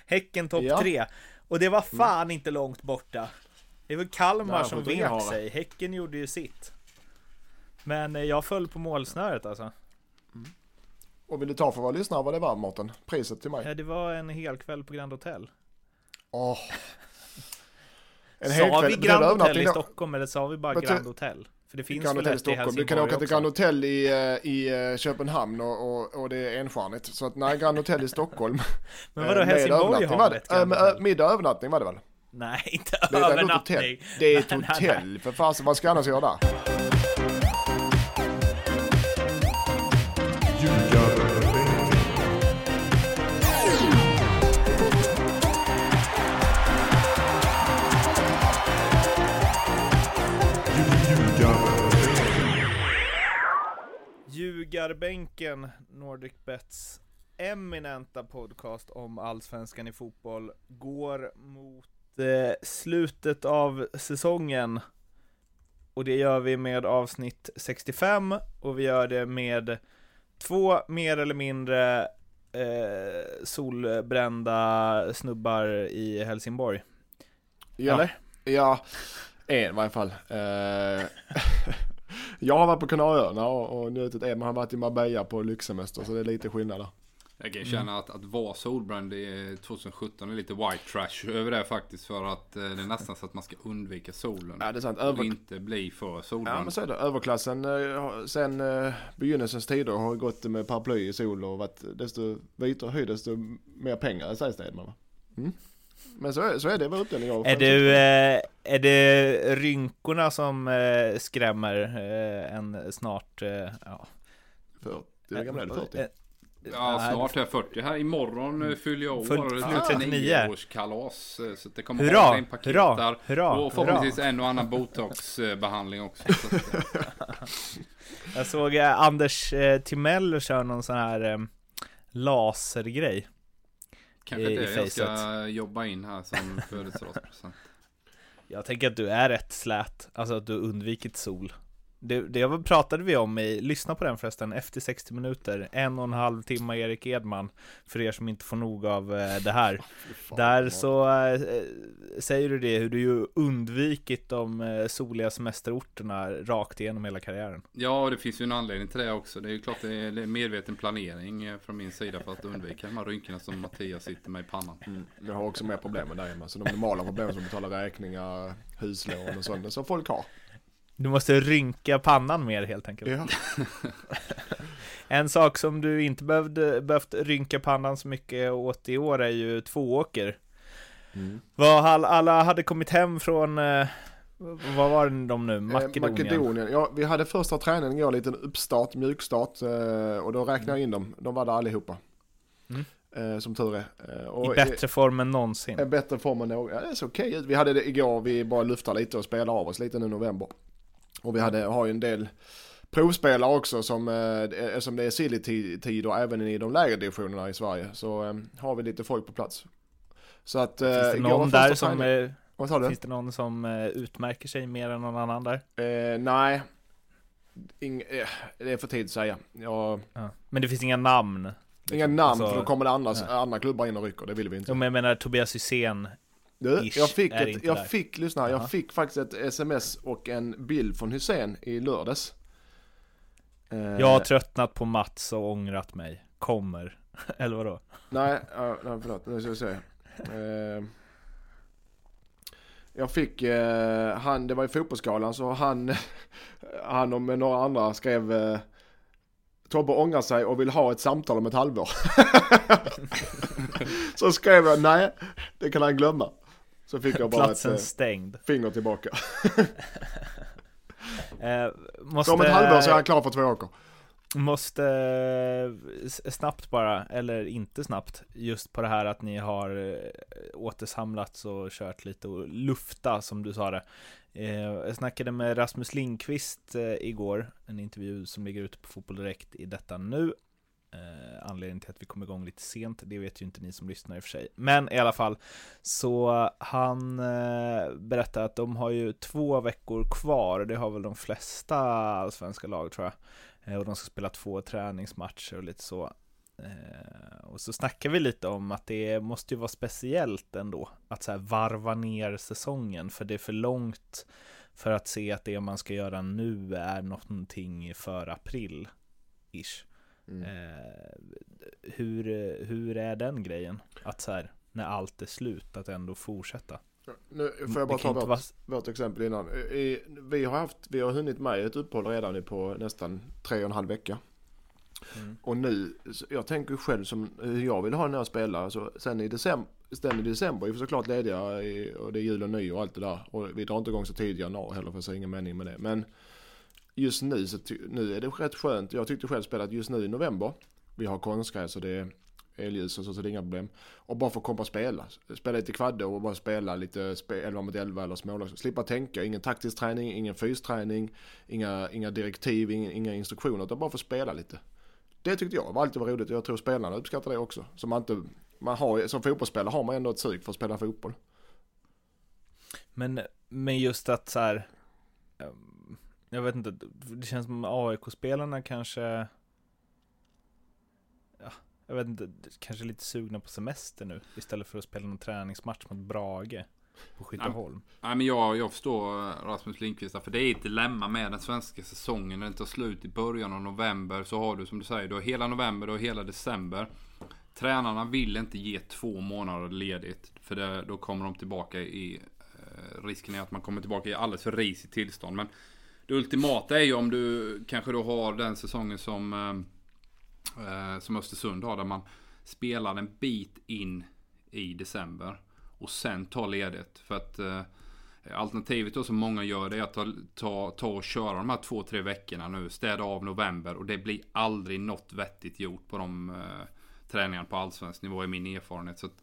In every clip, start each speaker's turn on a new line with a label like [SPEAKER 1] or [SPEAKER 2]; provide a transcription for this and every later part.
[SPEAKER 1] Häcken topp 3. Och det var fan inte långt borta. Det var Kalmar som vek sig. Häcken gjorde ju sitt. Men jag föll på målsnöret alltså.
[SPEAKER 2] Och vill du ta för vad lyssnare vad det var, Mårten? Priset till mig?
[SPEAKER 1] Ja, det var en hel kväll på Grand Hotel.
[SPEAKER 2] Sa
[SPEAKER 1] vi Grand Hotel i Stockholm eller sa vi bara Grand Hotel? För det finns väl ett i Helsingborg.
[SPEAKER 2] Du kan åka till
[SPEAKER 1] också.
[SPEAKER 2] Grand Hotel i Köpenhamn och det är enstjärnigt. Så att nej, Grand Hotel i Stockholm.
[SPEAKER 1] Men vadå, Helsingborg har ett Grand Hotel?
[SPEAKER 2] Middag övernattning var det väl?
[SPEAKER 1] Nej, inte övernattning.
[SPEAKER 2] Det är ett hotell. För fasen, vad ska annars göra där?
[SPEAKER 1] Ljugarbänken, NordicBets eminenta podcast om allsvenskan i fotboll, går mot slutet av säsongen. Och det gör vi med avsnitt 65. Och vi gör det med 2 mer eller mindre solbrända snubbar i Helsingborg. Eller?
[SPEAKER 2] Ja, en i varje fall. Jag har varit på Kanarieöarna och njutit. Man har varit i Marbella på lyxsemester, så det är lite skillnad där.
[SPEAKER 3] Jag kan känna att vara solbränd i 2017 är lite white trash över det faktiskt, för att det är nästan så att man ska undvika solen.
[SPEAKER 2] Ja, det är sant.
[SPEAKER 3] Och inte bli för solbränd.
[SPEAKER 2] Ja, men så är det. Överklassen sen begynnelsens tider har gått med paraply i sol och varit desto vitare höjd, desto mer pengar, sägs det, va? Men så är det väl uppdelning av.
[SPEAKER 1] Är det rynkorna som skrämmer en snart
[SPEAKER 2] 40, hur gammal är du? 40?
[SPEAKER 3] Ja, snart är jag 40 här. Imorgon fyller jag år.
[SPEAKER 1] 39
[SPEAKER 3] årskalas. Så det kommer att en paket där.
[SPEAKER 1] Hurra,
[SPEAKER 3] och förhoppningsvis en och annan botoxbehandling också.
[SPEAKER 1] Jag såg Anders Timell köra någon sån här lasergrej.
[SPEAKER 3] Kanske det jag ska jobba in här som födelsedagspresent. Jag
[SPEAKER 1] tänker att du är rätt slät. Alltså att du undvikit sol. Det pratade vi om lyssna på den förresten, efter 60 minuter, 1,5 timme Erik Edman, för er som inte får nog av det här. Där så säger du det, hur du ju undvikit de soliga semesterorterna rakt igenom hela karriären.
[SPEAKER 3] Ja, det finns ju en anledning till det också. Det är ju klart det är medveten planering från min sida för att undvika de här rynkorna som Mattias sitter med i pannan.
[SPEAKER 2] Jag har också mer problem med det hemma, så de normala problemen som betalar räkningar, huslån och sånt, som folk har.
[SPEAKER 1] Du måste rynka pannan mer helt enkelt.
[SPEAKER 2] Ja.
[SPEAKER 1] En sak som du inte behövt rynka pannan så mycket åt i år är ju Tvååker. Alla hade kommit hem från vad var de nu? Makedonien.
[SPEAKER 2] Ja, vi hade första träningen igår, liten uppstart, mjukstart, och då räknade jag in dem. De var där allihopa. Som tur är. Och
[SPEAKER 1] i bättre form än någonsin.
[SPEAKER 2] En bättre form än någonsin. Ja, det är så okej. Vi hade det igår, vi bara luftade lite och spelade av oss lite nu i november. Och vi har ju en del provspelare också som det är silly-tider även i de lägre divisionerna i Sverige. Så har vi lite folk på plats. Så att
[SPEAKER 1] finns det någon där som
[SPEAKER 2] vad sa du?
[SPEAKER 1] Finns det någon som utmärker sig mer än någon annan där?
[SPEAKER 2] Nej. Det är för tid att säga. Ja.
[SPEAKER 1] Men det finns inga namn?
[SPEAKER 2] Inga namn, alltså, för då kommer det andra klubbar in och rycker. Det vill vi inte.
[SPEAKER 1] Jo, men jag menar Tobias Hysén.
[SPEAKER 2] Jag fick faktiskt ett sms och en bild från Hysén i lördags.
[SPEAKER 1] Jag har tröttnat på Mats och ångrat mig. Kommer. Eller vadå?
[SPEAKER 2] Nej, förlåt. Nu ska jag säga. Jag fick det var i fotbollsskalan, så han och med några andra skrev Tobbe ångrar sig och vill ha ett samtal om ett halvår. Så skrev jag nej, det kan han glömma. Så fick jag bara
[SPEAKER 1] platsen stängd.
[SPEAKER 2] Finger tillbaka.
[SPEAKER 1] Måste,
[SPEAKER 2] om ett halvår så är han klar för 2 åker.
[SPEAKER 1] Måste snabbt bara, eller inte snabbt, just på det här att ni har återsamlats och kört lite och lufta, som du sa det. Jag snackade med Rasmus Lindqvist igår, en intervju som ligger ute på Fotboll Direkt i detta nu. Anledningen till att vi kom igång lite sent, det vet ju inte ni som lyssnar i och för sig. Men i alla fall, så han berättade att de har ju 2 veckor kvar. Det har väl de flesta allsvenska lag, tror jag. Och de ska spela 2 träningsmatcher och lite så. Och så snackar vi lite om att det måste ju vara speciellt ändå att så här varva ner säsongen, för det är för långt för att se att det man ska göra nu är någonting för april-ish. Hur är den grejen? Att så här, när allt är slut, att ändå fortsätta.
[SPEAKER 2] Nu får jag bara ta vårt exempel innan. Vi har hunnit med ett uppehåll redan på nästan 3,5 vecka. Och nu, jag tänker själv som hur jag vill ha när jag spelar. Så sen i december är vi såklart lediga och det är jul och ny och allt det där. Och vi drar inte igång så tidigt i januari heller, för jag ser ingen mening med det. Men just nu, nu är det rätt skönt. Jag tyckte själv spelat just nu i november. Vi har konstgräs och det är elljus och så det är inga problem. Och bara få komma och spela lite kvadde och bara spela lite 11 mot 11 eller smålag. Slippa tänka, ingen taktisk träning, ingen fysträning, inga direktiv, inga instruktioner, utan bara få spela lite. Det tyckte jag var alltid var roligt och jag tror spelarna uppskattar det också. Så som fotbollsspelare har man ändå ett sug för att spela fotboll.
[SPEAKER 1] Men just att så här, jag vet inte, det känns som AIK-spelarna kanske, jag vet inte, kanske lite sugna på semester nu istället för att spela någon träningsmatch mot Brage på Skytteholm.
[SPEAKER 3] Nej, men jag förstår Rasmus Lindqvist, för det är ett dilemma med den svenska säsongen. När den tar slut i början av november så har du, som du säger, du har hela november och hela december. Tränarna vill inte ge 2 månader ledigt, för då kommer de tillbaka i risken är att man kommer tillbaka i alldeles för risigt tillstånd. Men det ultimata är ju om du kanske då har den säsongen som Östersund har, där man spelar en bit in i december och sen tar ledigt. För att alternativet då som många gör, det är att ta och köra de här 2-3 veckorna nu, städa av november, och det blir aldrig något vettigt gjort på de träningarna på allsvensk nivå, i min erfarenhet. Så att,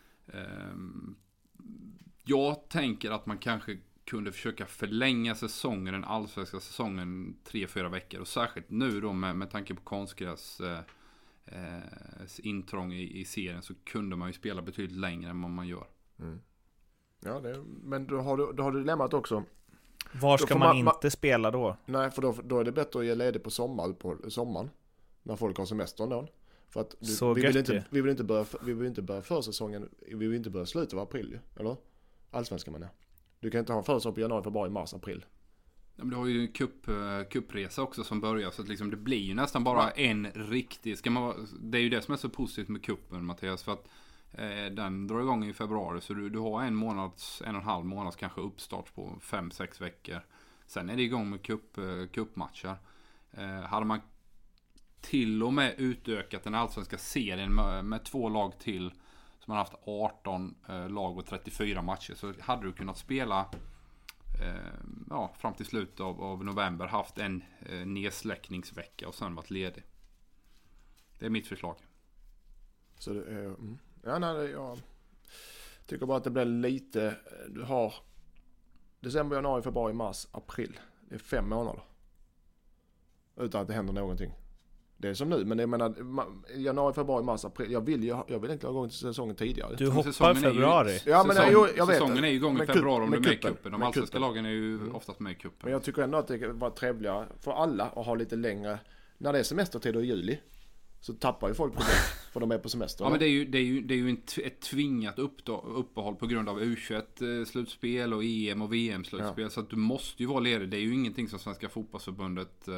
[SPEAKER 3] jag tänker att man kanske kunde försöka förlänga säsongen, den allsvenska säsongen, 3-4 veckor. Och särskilt nu då med tanke på konstgräs intrång i serien, så kunde man ju spela betydligt längre än vad man gör.
[SPEAKER 2] Ja, men då har du dilemmat också.
[SPEAKER 1] Var ska man inte spela då? Nej,
[SPEAKER 2] för då är det bättre att ge ledigt på sommaren när folk har semestern då. För att vi vill inte börja försäsongen, vi vill inte börja slutet av april, eller? Allsvenskan menar jag. Du kan inte ha försäsong på januari, februari, mars, april.
[SPEAKER 3] Ja, men du har ju kuppresa också som börjar, så att liksom det blir ju nästan bara en riktig. Det är ju det som är så positivt med kuppen, Mattias, för att den drar igång i februari, så du har 1,5 månads kanske uppstart på 5-6 veckor. Sen är det igång med kuppmatcher. Hade man till och med utökat den allsvenska serien med 2 lag till, som man haft 18 lag och 34 matcher, så hade du kunnat spela fram till slutet av november, haft en nedsläckningsvecka och sen varit ledig. Det är mitt förslag.
[SPEAKER 2] Så det är, jag tycker bara att det blir lite, du har december, januari, februari, mars, april. Det är 5 månader utan att det händer någonting. Det är som nu, men jag menar januari, februari, mars, april. Jag vill inte ha igång till säsongen tidigare.
[SPEAKER 1] Du hoppar februari.
[SPEAKER 2] Jag vet.
[SPEAKER 3] Säsongen är ju igång i februari om du är med i kuppen. De allsvenska lagen är ju oftast med i kuppen.
[SPEAKER 2] Men jag tycker ändå att det var trevligare för alla att ha lite längre. När det är semestertid och i juli, så tappar ju folk på det, för de är på semester.
[SPEAKER 3] Ja, men det är ju ett tvingat uppehåll på grund av U21-slutspel och EM och VM-slutspel. Ja. Så att du måste ju vara ledig. Det är ju ingenting som Svenska fotbollsförbundet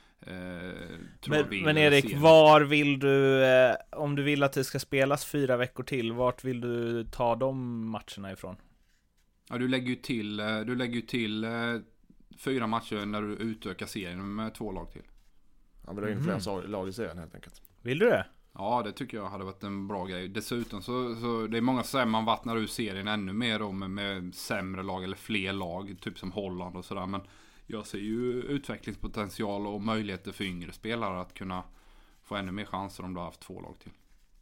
[SPEAKER 1] men Erik, var vill du, om du vill att det ska spelas 4 veckor till, vart vill du ta de matcherna ifrån?
[SPEAKER 3] Ja, du lägger ju till 4 matcher när du utökar serien med 2 lag till.
[SPEAKER 2] Ja, men det är ju fler lag i serien helt enkelt.
[SPEAKER 1] Vill du det?
[SPEAKER 3] Ja, det tycker jag hade varit en bra grej. Dessutom så det är många som säger man vattnar ur serien ännu mer då med sämre lag eller fler lag, typ som Holland och sådär, men jag ser ju utvecklingspotential och möjligheter för yngre spelare att kunna få ännu mer chanser om du har haft 2 lag till.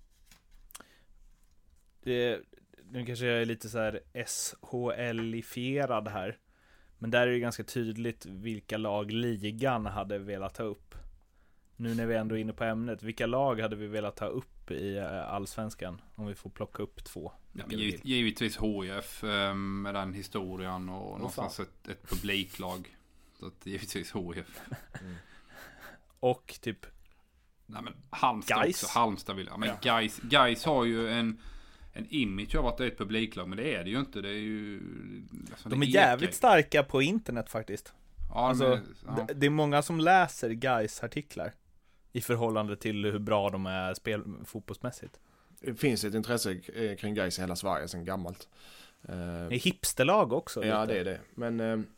[SPEAKER 1] Nu kanske jag är lite så här SHL-ifierad här, men där är det ganska tydligt vilka lag ligan hade velat ta upp. Nu när vi ändå är inne på ämnet, vilka lag hade vi velat ta upp i allsvenskan om vi får plocka upp 2?
[SPEAKER 3] Ja, givetvis HIF med den historien och någonstans ett publiklag. Så att givetvis HIF.
[SPEAKER 1] Och typ
[SPEAKER 3] Nej, men Halmstad
[SPEAKER 1] Gais.
[SPEAKER 3] också. Halmstad vill jag. Men Gais har ju en image av att det är ett publiklag, men det är det ju inte. Det är ju... Alltså,
[SPEAKER 1] De är jävligt starka på internet faktiskt.
[SPEAKER 3] Ja,
[SPEAKER 1] Alltså, det är många som läser Gais artiklar i förhållande till hur bra de är fotbollsmässigt.
[SPEAKER 2] Det finns ett intresse kring Gais i hela Sverige sedan gammalt.
[SPEAKER 1] Det är hipsterlag också.
[SPEAKER 2] Ja,
[SPEAKER 1] lite.
[SPEAKER 2] det är det. Men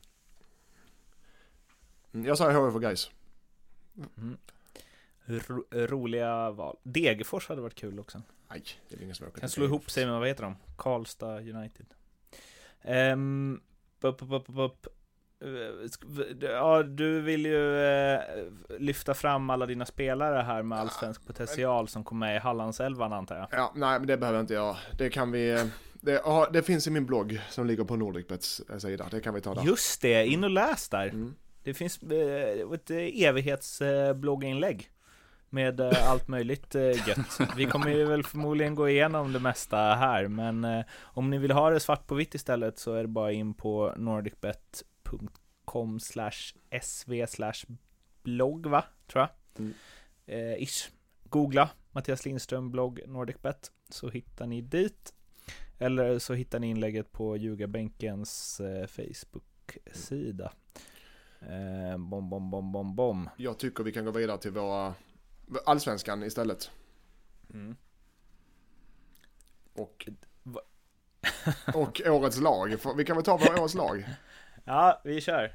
[SPEAKER 2] jag sa HV för Gais.
[SPEAKER 1] Roliga val. Degerfors hade varit kul också.
[SPEAKER 2] Nej, det är ingen som åker.
[SPEAKER 1] Kan slå ihop sig med, vad heter de? Karlstad United. Ja, du vill ju lyfta fram alla dina spelare här med allsvensk potential som kommer med i Hallandselvan, antar jag.
[SPEAKER 2] Ja, nej, men det behöver inte jag. Det kan vi... Det finns i min blogg som ligger på NordicBets sida. Det kan vi ta där.
[SPEAKER 1] Just det, in och läs där.
[SPEAKER 2] Mm.
[SPEAKER 1] Det finns ett evighetsblogginlägg med allt möjligt gött. Vi kommer ju väl förmodligen gå igenom det mesta här, men om ni vill ha det svart på vitt istället så är det bara in på nordicbet.com/sv/blogg, va? Tror jag. Ish. Googla Mattias Lindström blogg NordicBet så hittar ni dit. Eller så hittar ni inlägget på Ljugarbänkens Facebook-sida. Bom.
[SPEAKER 2] Jag tycker vi kan gå vidare till våra allsvenskan istället. Och årets lag. Vi kan väl ta våra årets lag.
[SPEAKER 1] Ja, vi kör.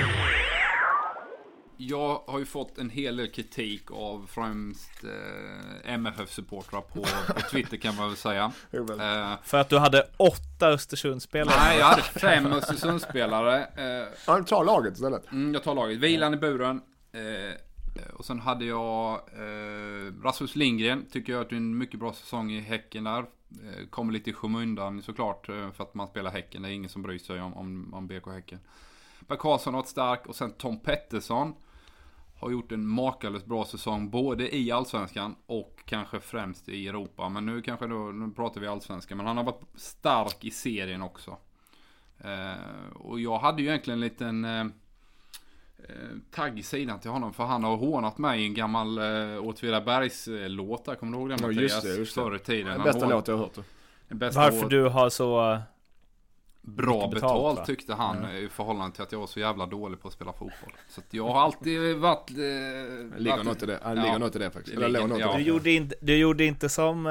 [SPEAKER 3] Jag har ju fått en hel del kritik av främst MFF-supportrar på Twitter, kan man väl säga.
[SPEAKER 1] För att du hade 8 Östersundsspelare.
[SPEAKER 3] Nej, jag hade 5 Östersundsspelare.
[SPEAKER 2] Ta laget istället.
[SPEAKER 3] Jag tar laget. Vilan i buren. Och sen hade jag Rasmus Lindgren. Tycker jag att det är en mycket bra säsong i Häcken där. Kommer lite i skymundan såklart för att man spelar Häcken. Det är ingen som bryr sig om BK Häcken. Per Karlsson har varit stark. Och sen Tom Pettersson har gjort en makalöst bra säsong både i Allsvenskan och kanske främst i Europa. Men nu pratar vi Allsvenskan. Men han har varit stark i serien också. Och jag hade ju egentligen en liten tagg i sidan till honom. För han har hånat mig i en gammal Åtvidabergs låt. Kommer du ihåg den, Mattias?
[SPEAKER 2] Just det.
[SPEAKER 3] Förr i tiden.
[SPEAKER 2] Den bästa låt jag har hört.
[SPEAKER 1] Varför du har så...
[SPEAKER 3] bra betalt tyckte han i förhållande till att jag var så jävla dålig på att spela fotboll. Så att jag har alltid varit...
[SPEAKER 2] ligger något i det. Ligger något i det faktiskt.
[SPEAKER 1] Du gjorde inte som...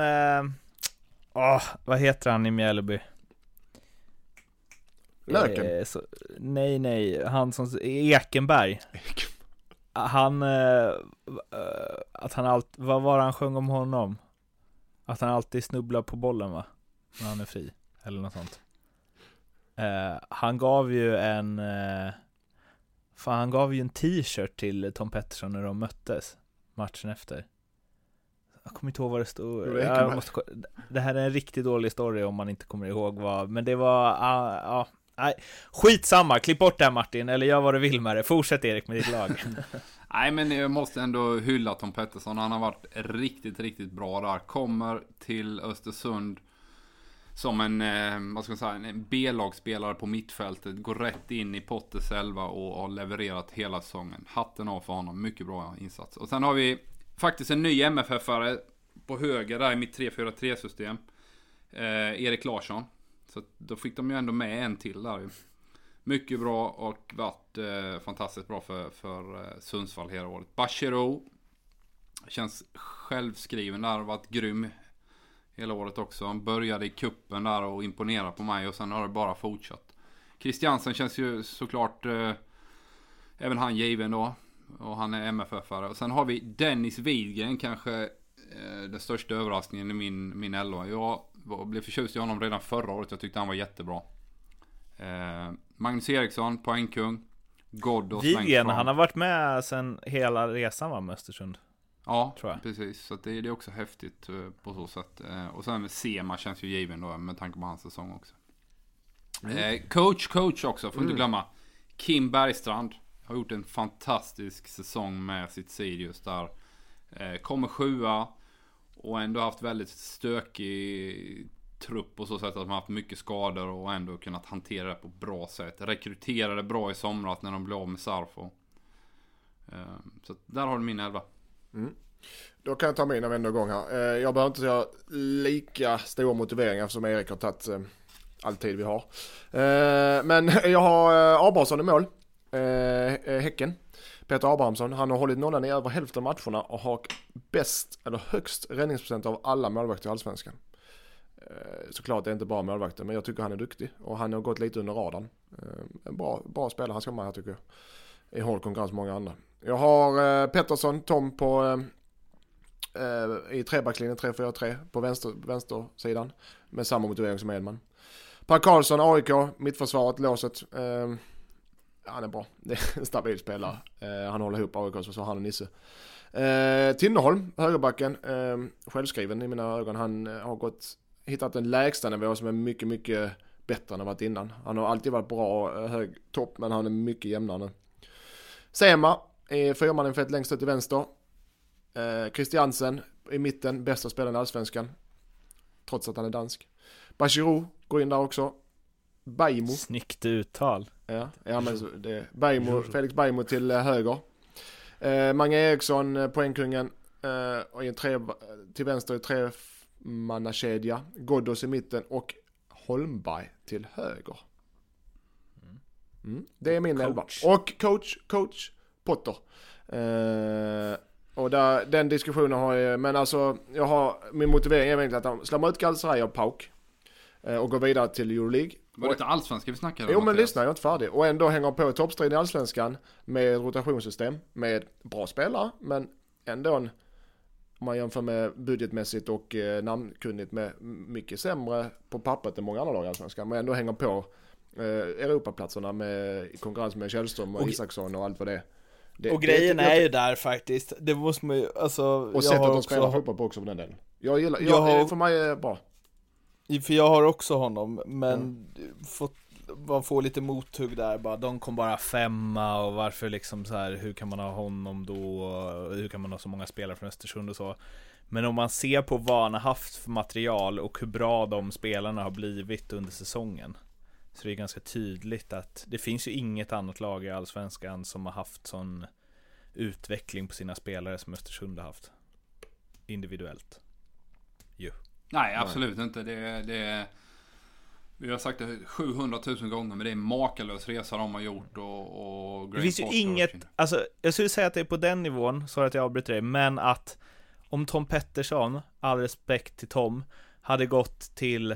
[SPEAKER 1] vad heter han i Mjällby?
[SPEAKER 2] Löken?
[SPEAKER 1] Nej. Han som... Ekenberg. Han... att han alltid... Vad var han sjöng om honom? Att han alltid snubblar på bollen, va? När han är fri. Eller något sånt. Han gav ju en t-shirt till Tom Pettersson när de möttes matchen efter. Jag kommer inte ihåg vad det stod. Det här är en riktigt dålig story om man inte kommer ihåg vad. Men det var nej, skitsamma, klipp bort det här, Martin, eller gör vad du vill med det. Fortsätt, Erik, med ditt lag.
[SPEAKER 3] Nej, men jag måste ändå hylla Tom Pettersson. Han har varit riktigt, riktigt bra där. Kommer till Östersund som en B-lagsspelare på mittfältet. Går rätt in i Potters 11 och har levererat hela säsongen. Hatten av för honom. Mycket bra insats. Och sen har vi faktiskt en ny MFF-are på höger där i mitt 3-4-3-system. Erik Larsson. Så då fick de ju ändå med en till där. Mycket bra och varit fantastiskt bra för Sundsvall hela året. Bachero känns självskriven där och varit grym hela året också. Han började i kuppen där och imponerade på mig och sen har det bara fortsatt. Christiansen känns ju såklart även han given då. Och han är MFF-are. Och sen har vi Dennis Widgren, kanske den största överraskningen i min 11. Jag blev förtjust i honom redan förra året. Jag tyckte han var jättebra. Magnus Eriksson, poängkung. God
[SPEAKER 1] Widgren, han har varit med sen hela resan, var med Östersund.
[SPEAKER 3] Ja, tror jag. Precis. Så det är också häftigt på så sätt. Och sen Sema känns ju given då med tanke på hans säsong också. Coach också, får inte glömma. Kim Bergstrand har gjort en fantastisk säsong med sitt Sirius där. Kommer 7:a och ändå haft väldigt stökig trupp på så sätt att man haft mycket skador och ändå kunnat hantera det på bra sätt. Rekryterade bra i somras när de blev av med Sarfo. Så där har du min 11.
[SPEAKER 2] Då kan jag ta mina vänner igång här. Jag behöver inte säga lika stor motivering eftersom Erik har tagit all tid vi har. Men jag har Abrahamsson i mål. Häcken. Peter Abrahamsson. Han har hållit nollan i över hälften av matcherna och har högst räddningsprocent av alla målvakter i Allsvenskan. Såklart det är inte bara målvakter, men jag tycker han är duktig. Och han har gått lite under radarn. En bra spelare, han ska med här tycker jag. I hård konkurrens med många andra. Jag har Pettersson, Tom på i trebackslinjen 3-4-3 på vänstersidan med samma motivering som Edman. Per Karlsson, AIK, mittförsvaret, låset. Han är bra. Det är en stabil spelare. Han håller ihop AIK så han och Nisse. Tinnerholm, högerbacken, självskriven i mina ögon. Han har hittat en lägsta nivå som är mycket, mycket bättre än han varit innan. Han har alltid varit bra, hög topp, men han är mycket jämnare nu. Sema är fyrmanninfett längst ut till vänster. Christiansen i mitten, bästa spelaren i Allsvenskan. Trots att han är dansk. Bachirou går in där också. Baimo.
[SPEAKER 1] Snyggt uttal.
[SPEAKER 2] Ja men det är Felix Baimo till höger. Mange Eriksson, poängkungen, och till vänster i tremannakedja. Ghoddos i mitten och Holmberg till höger. Det är min elva. Och coach Potter. Och den diskussionen har jag, men alltså min motivering är egentligen att de slår ut Galatasaray och PAOK och går vidare till Euroleague.
[SPEAKER 3] Var det inte allsvenskan vi snackade om?
[SPEAKER 2] Jo men lyssna, jag är inte färdig. Och ändå hänger på toppstriden i Allsvenskan med ett rotationssystem med bra spelare, men ändå om man jämför med budgetmässigt och namnkunnigt med mycket sämre på pappret än många andra lag i Allsvenskan, men ändå hänger på Europaplatserna med konkurrens med Källström och Isaksson och allt vad det är.
[SPEAKER 1] Och grejen är ju där faktiskt. Det måste man ju, alltså.
[SPEAKER 2] Och sättet att de spelar fotboll på också på den delen. För mig är det bra.
[SPEAKER 1] För jag har också honom, men man får lite mothugg där bara. De kom bara 5 och varför liksom så här, hur kan man ha honom då? Och hur kan man ha så många spelare från Östersund och så? Men om man ser på vad han har haft för material och hur bra de spelarna har blivit under säsongen, så det är ganska tydligt att det finns ju inget annat lag i Allsvenskan som har haft sån utveckling på sina spelare som Östersund har haft. Individuellt.
[SPEAKER 3] Nej, absolut inte. Vi har sagt det 700 000 gånger, men det är en makalös resa de har gjort och
[SPEAKER 1] det finns ju inget, alltså jag skulle säga att det är på den nivån, så att jag avbryter dig, men att om Tom Pettersson, all respekt till Tom, hade gått till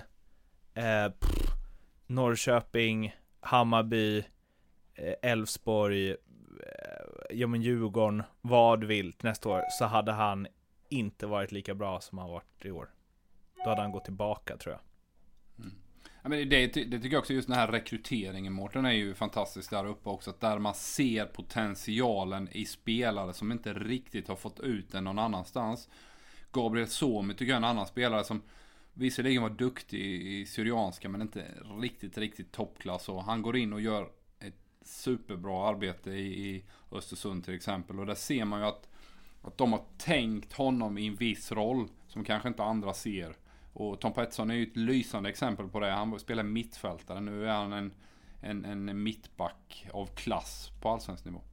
[SPEAKER 1] Norrköping, Hammarby, Elfsborg, Djurgården, vad vilt nästa år, så hade han inte varit lika bra som han varit i år. Då hade han gått tillbaka, tror jag.
[SPEAKER 3] Ja, men det tycker jag också, just den här rekryteringen, Mårten, är ju fantastiskt där uppe också. Att där man ser potentialen i spelare som inte riktigt har fått ut den någon annanstans. Gabriel Suomi tycker jag är en annan spelare som visserligen var duktig i Syrianska, men inte riktigt toppklass. Och han går in och gör ett superbra arbete i Östersund till exempel. Och där ser man ju att de har tänkt honom i en viss roll som kanske inte andra ser. Och Tom Pettersson är ju ett lysande exempel på det. Han spelar mittfältare. Nu är han en mittback av klass på allsvensk nivå.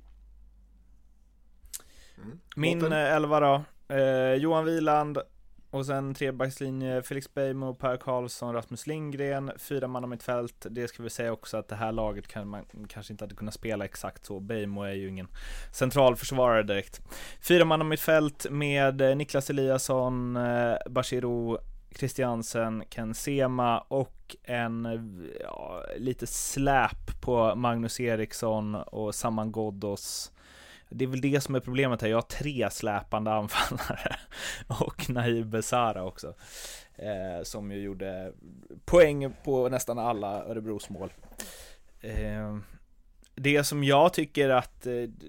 [SPEAKER 1] Min 11 då. Johan Wieland. Och sen trebackslinje, Felix Baimo, Per Karlsson, Rasmus Lindgren, 4 man om mitt fält. Det ska vi säga också att det här laget kan man kanske inte hade kunnat spela exakt så. Baimo är ju ingen centralförsvarare direkt. 4 man om mitt fält med Niklas Eliasson, Bachirou, Christiansen, Ken Sema och en lite släp på Magnus Eriksson och Saman Ghoddos. Det är väl det som är problemet här. Jag har 3 släpande anfallare och Nahir Besara också, som ju gjorde poäng på nästan alla Örebros mål. Det som jag tycker att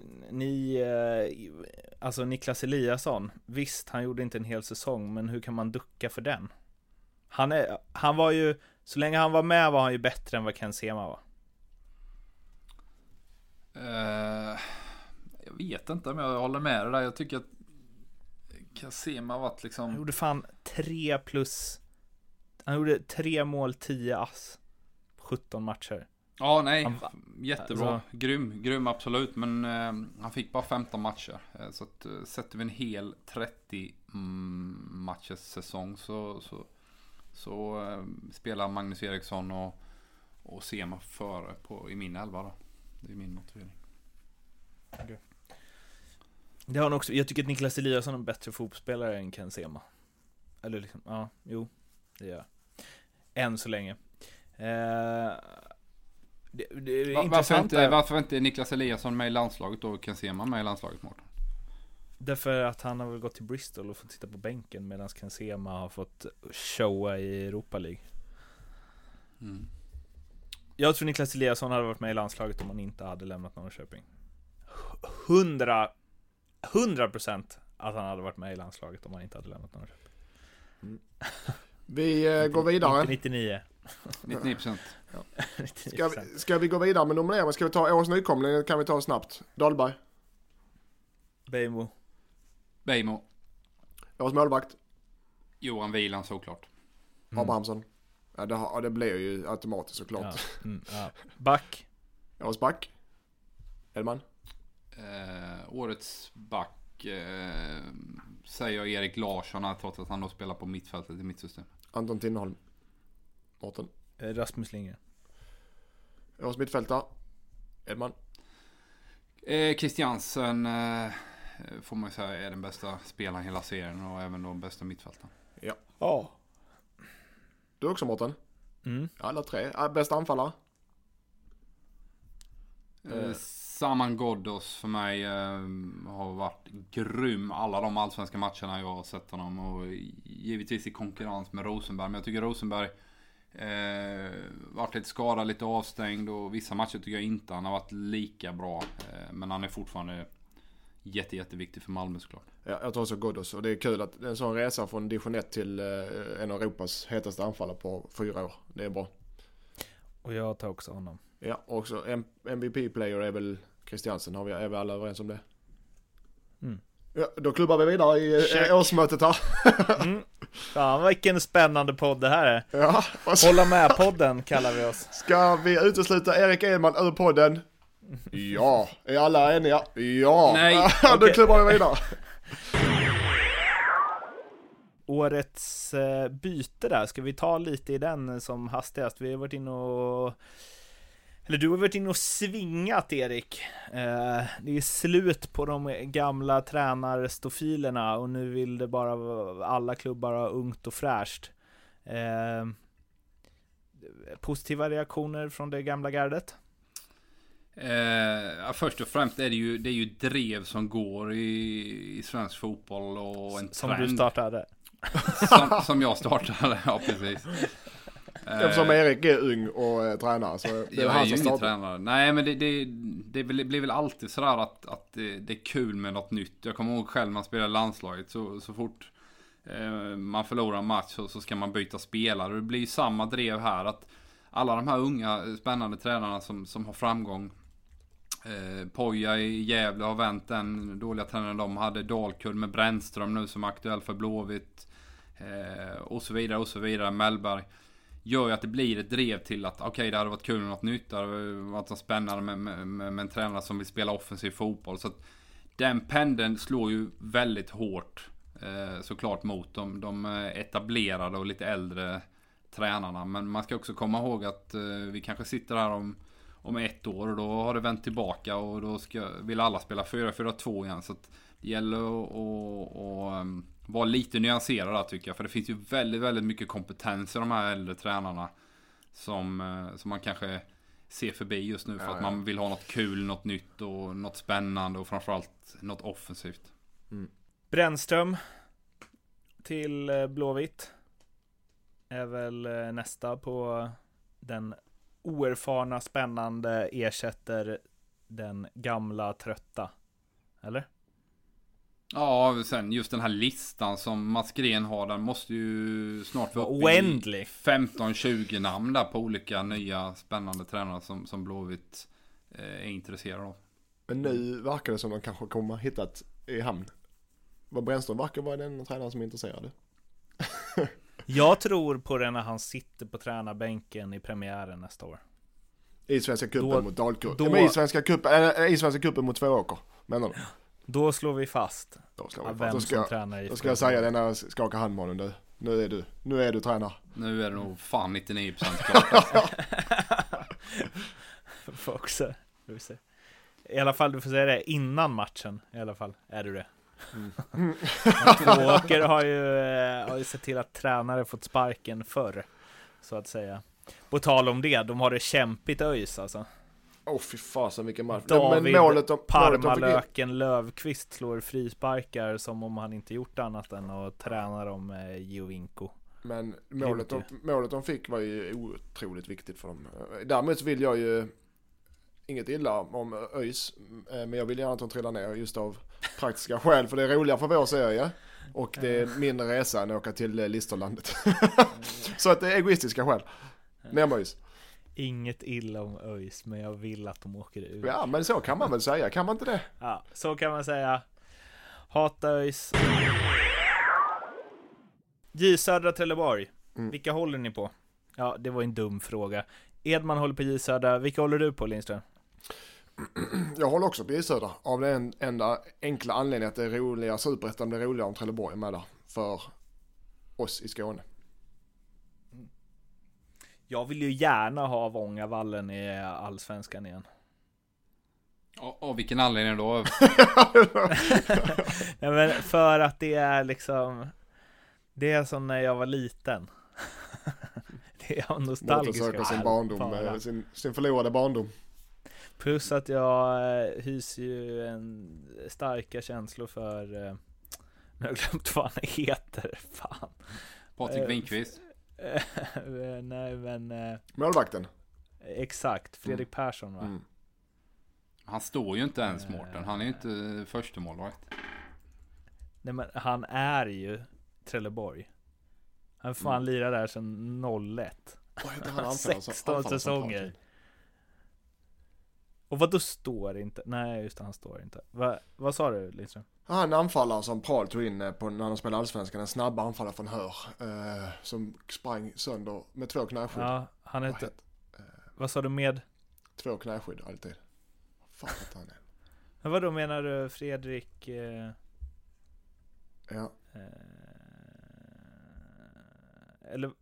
[SPEAKER 1] alltså Niklas Eliasson, visst, han gjorde inte en hel säsong, men hur kan man ducka för den? Han var ju, så länge han var med var han ju bättre än vad Ken Sema var.
[SPEAKER 3] Jag vet inte om jag håller med det där. Jag tycker att Kasema har varit liksom...
[SPEAKER 1] Han gjorde fan 3 mål, 10 ass 17 matcher.
[SPEAKER 3] Ja, nej. Jättebra.
[SPEAKER 1] Alltså,
[SPEAKER 3] Grym absolut. Men han fick bara 15 matcher. Så att, sätter vi en hel 30 matchers säsong så spelar Magnus Eriksson och Sema före i min 11 då. Det är min motivering.
[SPEAKER 1] Okay. Det har han också, jag tycker att Niklas Eliasson är en bättre fotbollsspelare än Ken Sema. Eller liksom, ja, jo, det gör jag. Än så länge. Det är intressant.
[SPEAKER 3] Varför inte Niklas Eliasson med i landslaget och Ken Sema med i landslaget, Mårten?
[SPEAKER 1] Därför att han har väl gått till Bristol och fått sitta på bänken medan Ken Sema har fått showa i Europa League. Jag tror Niklas Eliasson hade varit med i landslaget om han inte hade lämnat Norrköping. 100% att han hade varit med i landslaget om han inte hade lämnat Norrköping.
[SPEAKER 2] Vi går vidare.
[SPEAKER 1] 99%.
[SPEAKER 3] 99%.
[SPEAKER 2] Ja. Ska vi gå vidare med nomineringen? Ska vi ta årets nykomling? Kan vi ta snabbt. Dahlberg.
[SPEAKER 1] Beijmo.
[SPEAKER 2] Årets målvakt.
[SPEAKER 3] Johan Wieland såklart.
[SPEAKER 2] Abrahamsson. Ja, det blir ju automatiskt såklart.
[SPEAKER 1] Ja. Back.
[SPEAKER 2] Årets back. Edman.
[SPEAKER 3] Årets back säger Erik Larsson här, trots att han då spelar på mittfältet i mitt system.
[SPEAKER 2] Anton Tinnerholm. Mårten.
[SPEAKER 1] Rasmus Lindgren.
[SPEAKER 2] Årets mittfältare. Edman.
[SPEAKER 3] Christiansen får man ju säga är den bästa spelaren i hela serien och även då bästa mittfältaren.
[SPEAKER 2] Ja. Du också, Mårten? Alla tre. Bästa anfallare?
[SPEAKER 3] Saman Ghoddos för mig har varit grym alla de allsvenska matcherna jag har sett honom, och givetvis i konkurrens med Rosenberg, men jag tycker Rosenberg varit lite skadad, lite avstängd, och vissa matcher tycker jag inte han har varit lika bra, men han är fortfarande jätteviktig för Malmö såklart.
[SPEAKER 2] Ja, jag tror också Ghoddos, och det är kul att en sån resa från division 1 till en av Europas hetaste anfallare på 4 år. Det är bra.
[SPEAKER 1] Och jag tar också honom. Ja,
[SPEAKER 2] också MVP-player är väl Christiansen, är vi alla överens om det? Ja, då klubbar vi vidare i årsmötet här.
[SPEAKER 1] Ja, vilken spännande podd det här är.
[SPEAKER 2] Ja,
[SPEAKER 1] Hålla med podden kallar vi oss.
[SPEAKER 2] Ska vi utesluta Erik Edman ur podden? Ja, är alla eniga? Ja.
[SPEAKER 3] Nej.
[SPEAKER 2] Då klubbar vi vidare.
[SPEAKER 1] Årets byte där, ska vi ta lite i den som hastigast? Vi har varit inne och... Eller du har varit inne och svingat, Erik. Det är slut på de gamla tränarstofilerna och nu vill det bara alla klubbar ha ungt och fräscht. Positiva reaktioner från det gamla gardet?
[SPEAKER 3] Först och främst är det är ju drev som går i svensk fotboll och en
[SPEAKER 1] som
[SPEAKER 3] trend.
[SPEAKER 1] Du startade?
[SPEAKER 3] som jag startade, ja precis.
[SPEAKER 2] Eftersom Erik är ung och tränare så det är han som startar.
[SPEAKER 3] Tränare. Nej, men det blir väl alltid sådär att det är kul med något nytt. Jag kommer ihåg själv när man spelade landslaget, så fort man förlorar en match så ska man byta spelare. Det blir ju samma drev här, att alla de här unga spännande tränarna som har framgång, Poja i Gävle har vänt den dåliga tränaren de hade, Dalkurd med Brännström nu som är aktuell för Blåvitt, och så vidare, Mellberg, gör ju att det blir ett drev till att okej, det hade varit kul med något nytt, det hade varit så spännande med en tränare som vill spela offensiv fotboll. Så att den pendeln slår ju väldigt hårt såklart mot de etablerade och lite äldre tränarna. Men man ska också komma ihåg att vi kanske sitter här om 1 år och då har det vänt tillbaka och då vill alla spela 4-4-2 igen. Så att det gäller att vara lite nyanserad där, tycker jag. För det finns ju väldigt, väldigt mycket kompetens i de här äldre tränarna som man kanske ser förbi just nu för att man vill ha något kul, något nytt och något spännande och framförallt något offensivt.
[SPEAKER 1] Brännström till Blåvitt är väl nästa på den oerfarna, spännande ersätter den gamla trötta, eller?
[SPEAKER 3] Ja, sen just den här listan som Mats Gren har, den måste ju snart vara uppe
[SPEAKER 1] oändlig.
[SPEAKER 3] I 15-20 namn där på olika nya spännande tränare som Blåvitt är intresserade av.
[SPEAKER 2] Men nu verkar det som de kanske kommer hittat i hamn. Vad Brännström verkar vara den tränaren som är intresserad. Jag
[SPEAKER 1] tror på det när han sitter på tränarbänken i premiären nästa år.
[SPEAKER 2] I Svenska cupen mot Dalkurd.
[SPEAKER 1] då-
[SPEAKER 2] I Svenska cupen mot Tvååker, menar du?
[SPEAKER 1] Då slår vi fast
[SPEAKER 2] Då slår vi
[SPEAKER 1] vem
[SPEAKER 2] fast.
[SPEAKER 1] som tränar i.
[SPEAKER 2] Då ska jag säga det när jag skakar hand med honom. Nu är du tränare.
[SPEAKER 3] Nu är det nog fan 99% klart.
[SPEAKER 1] Får också. Vi se. I alla fall, du får säga det innan matchen. I alla fall, är du det. Tvååker har ju sett till att tränare fått sparken förr, så att säga. På tal om det, de har det kämpigt ÖIS alltså.
[SPEAKER 2] Fy fasen vilken match.
[SPEAKER 1] David
[SPEAKER 2] målet
[SPEAKER 1] Parmalöken Lövqvist slår frisparkar som om han inte gjort annat än att träna dem med Giovinco.
[SPEAKER 2] Men målet de fick var ju otroligt viktigt för dem. Däremot vill jag ju inget illa om ÖIS, men jag vill gärna att de trillar ner just av praktiska skäl, för det är roligare för vår serie och det är mindre resa än att åka till Listerlandet. Så att det är egoistiska skäl. Ner med ÖIS.
[SPEAKER 1] Inget illa om ÖIS, men jag vill att de åker ut.
[SPEAKER 2] Ja, men så kan man väl säga, kan man inte det?
[SPEAKER 1] Ja, så kan man säga. Hata ÖIS. J Södra Trelleborg. Vilka håller ni på? Ja, det var en dum fråga. Edman håller på J Södra. Vilka håller du på, Lindström?
[SPEAKER 2] Jag håller också på J Södra av den enda enkla anledningen att det är roliga Superettan blir roligare om Trelleborg är med där för oss i Skåne.
[SPEAKER 1] Jag vill ju gärna ha Vångavallen i Allsvenskan igen.
[SPEAKER 3] Och vilken anledning då?
[SPEAKER 1] Nej, men för att det är liksom, det är som när jag var liten. Det är nostalgiska
[SPEAKER 2] Återsöka sin barndom, sin förlorade barndom.
[SPEAKER 1] Plus att jag hyser ju starka känslor för, jag har glömt vad han heter, fan.
[SPEAKER 3] Patrik Winkvist.
[SPEAKER 1] Nej, men
[SPEAKER 2] Målvakten.
[SPEAKER 1] exakt, Fredrik Persson, va?
[SPEAKER 3] Han står ju inte ens, Mårten. Han är ju inte första målvakt.
[SPEAKER 1] Nej, men han är ju Trelleborg. Han fan lirar där sedan 01.
[SPEAKER 2] Vad heter han?
[SPEAKER 1] 16 säsonger. Och vad då står det inte? Nej, just det, han står inte. Vad sa du, Lindström?
[SPEAKER 2] Han anfallaren som Paul tog in på när han spelade Allsvenskan, en snabb anfallare från Hör, som sprang sönder med 2 knäskydd.
[SPEAKER 1] Ja, han heter... Vad sa du med?
[SPEAKER 2] 2 knäskydd alltid. Fan att han är.
[SPEAKER 1] Men vad då menar du, Fredrik?
[SPEAKER 2] Ja.
[SPEAKER 1] Eller...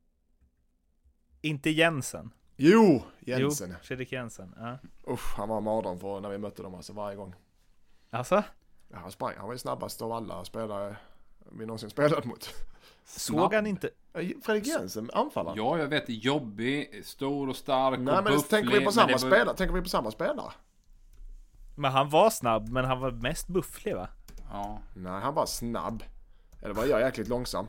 [SPEAKER 1] Inte Jensen?
[SPEAKER 2] Jo, Jensen.
[SPEAKER 1] Jo, Fredrik Jensen, ja.
[SPEAKER 2] Usch, han var mardröm för när vi mötte dem alltså varje gång.
[SPEAKER 1] Alltså?
[SPEAKER 2] Ja, han var ju snabbast av alla spelare vi någonsin spelat mot.
[SPEAKER 1] Såg han inte?
[SPEAKER 2] Fredrik Jensen, anfallaren.
[SPEAKER 3] Ja, jag vet, jobbig, stor och stark.
[SPEAKER 2] Nej,
[SPEAKER 3] och
[SPEAKER 2] men
[SPEAKER 3] bufflig,
[SPEAKER 2] tänker vi på samma spelare? Tänker vi på samma spelare?
[SPEAKER 1] Men han var snabb, men han var mest bufflig, va?
[SPEAKER 3] Ja.
[SPEAKER 2] Nej, han var snabb. Eller var jag jäkligt långsam?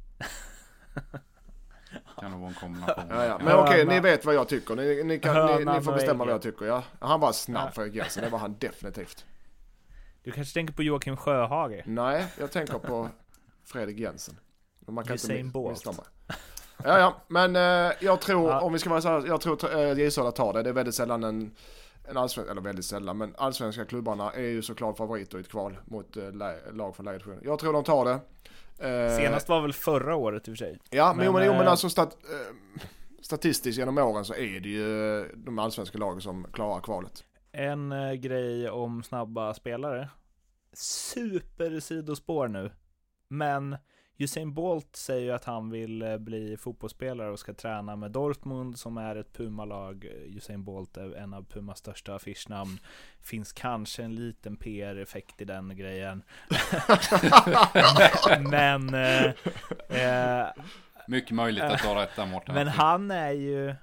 [SPEAKER 3] Kan nog vara en kombination.
[SPEAKER 2] Ja. Men okej, ni vet vad jag tycker. Ni får bestämma vad jag tycker. Ja. Han var snabb för Jensen, det var han definitivt.
[SPEAKER 1] Du kanske tänker på Joakim Sjöhage?
[SPEAKER 2] Nej, jag tänker på Fredrik Jensen. Man kan
[SPEAKER 1] Usain
[SPEAKER 2] inte
[SPEAKER 1] Bolt.
[SPEAKER 2] missta Ja, men jag tror, om vi ska vara så här, jag tror J Södra tar det. Det är väldigt sällan en allsvensk, eller väldigt sällan, men allsvenska klubbarna är ju såklart favoriter i ett kval mot lag från lägre. Jag tror de tar det.
[SPEAKER 1] Senast var väl förra året i och för sig.
[SPEAKER 2] Ja, men alltså statistiskt genom åren så är det ju de allsvenska lagen som klarar kvalet.
[SPEAKER 1] En grej om snabba spelare. Super sidospår nu. Men Usain Bolt säger ju att han vill bli fotbollsspelare och ska träna med Dortmund som är ett Puma-lag. Usain Bolt är en av Pumas största affischnamn. Finns kanske en liten PR-effekt i den grejen. Men
[SPEAKER 3] mycket möjligt att ta rätt där, Mårten.
[SPEAKER 1] men han är ju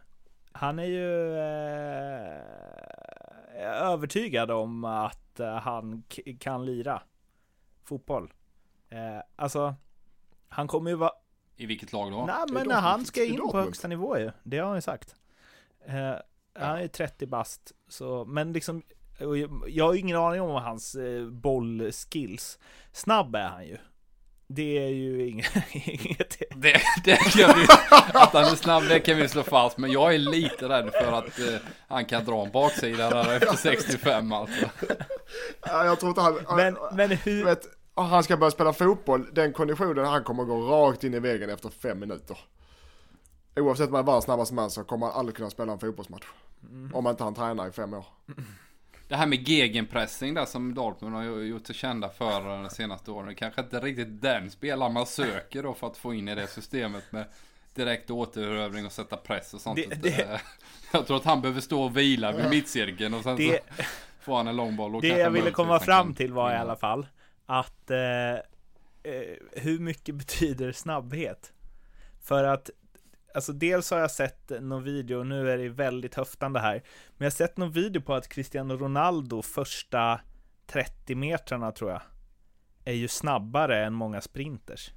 [SPEAKER 1] övertygad om att han kan lira fotboll. Alltså han kommer ju vara...
[SPEAKER 3] I vilket lag då?
[SPEAKER 1] Nej, men när han ska in på högsta nivå ju. Det har han ju sagt. Han är 30 bast. Så, men liksom... Jag har ingen aning om hans bollskills. Snabb är han ju. Det är ju inget...
[SPEAKER 3] Det gör vi. Att han är snabb, det kan vi slå fast. Men jag är lite rädd för att han kan dra en baksida där efter 65 alltså.
[SPEAKER 2] Ja, jag tror inte han...
[SPEAKER 1] Men hur...
[SPEAKER 2] Vet, han ska börja spela fotboll, den konditionen, han kommer gå rakt in i vägen efter 5 minuter. oavsett om man var snabbast man så kommer man aldrig kunna spela en fotbollsmatch. Om man inte har en tränare i 5 år.
[SPEAKER 3] Det här med gegenpressing där som Dortmund har gjort sig kända för de senaste åren. Det kanske inte riktigt den spelaren man söker då för att få in i det systemet med direkt återövring och sätta press och sånt. Jag tror att han behöver stå och vila vid mittcirkeln och sen så får han en lång boll. Och
[SPEAKER 1] det jag ville komma fram till var i alla fall att hur mycket betyder snabbhet? För att alltså dels har jag sett någon video, nu är det väldigt höftande här, men jag har sett någon video på att Cristiano Ronaldo första 30 metrarna tror jag är ju snabbare än många sprinters.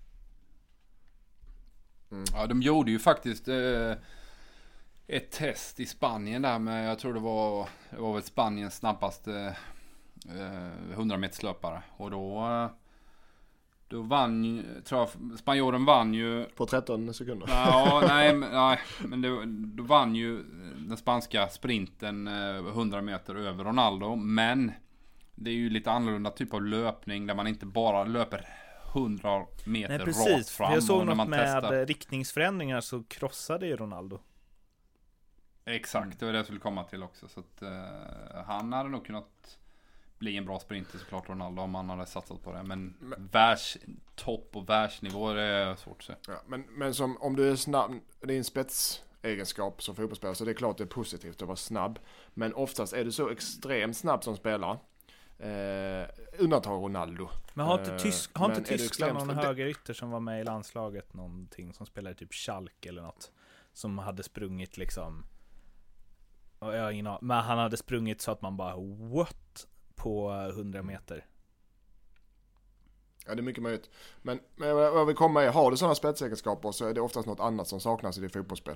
[SPEAKER 3] Ja, de gjorde ju faktiskt ett test i Spanien där med, jag tror det var väl Spaniens snabbaste 100-meterslöpare och då vann, tror jag, spanjoren vann ju
[SPEAKER 2] på 13 sekunder.
[SPEAKER 3] Ja, nej, men då vann ju den spanska sprinten 100 meter över Ronaldo, men det är ju lite annorlunda typ av löpning där man inte bara löper 100 meter rakt fram.
[SPEAKER 1] Jag såg något
[SPEAKER 3] man
[SPEAKER 1] med
[SPEAKER 3] testar
[SPEAKER 1] riktningsförändringar så krossade ju Ronaldo.
[SPEAKER 3] Exakt, det var det jag skulle komma till också. Så att han hade nog kunnat bli en bra sprinter såklart, Ronaldo, om han hade satsat på det. Men topp och världsnivå, det är svårt att se.
[SPEAKER 2] Ja, men som, om du är snabb, det är en spetsegenskap som fotbollsspelare, så det är klart det är positivt att vara snabb. Men oftast är du så extremt snabb som spelare. Undantag Ronaldo.
[SPEAKER 1] Men har inte Tyskland någon högerytter som var med i landslaget någonting, som spelade typ Schalke eller något, som hade sprungit liksom, men han hade sprungit så att man bara what på 100 meter. Ja,
[SPEAKER 2] det är mycket möjligt. Men vad vi kommer är, har du sådana spetsegenskaper så är det oftast något annat som saknas i ditt fotbollsspel.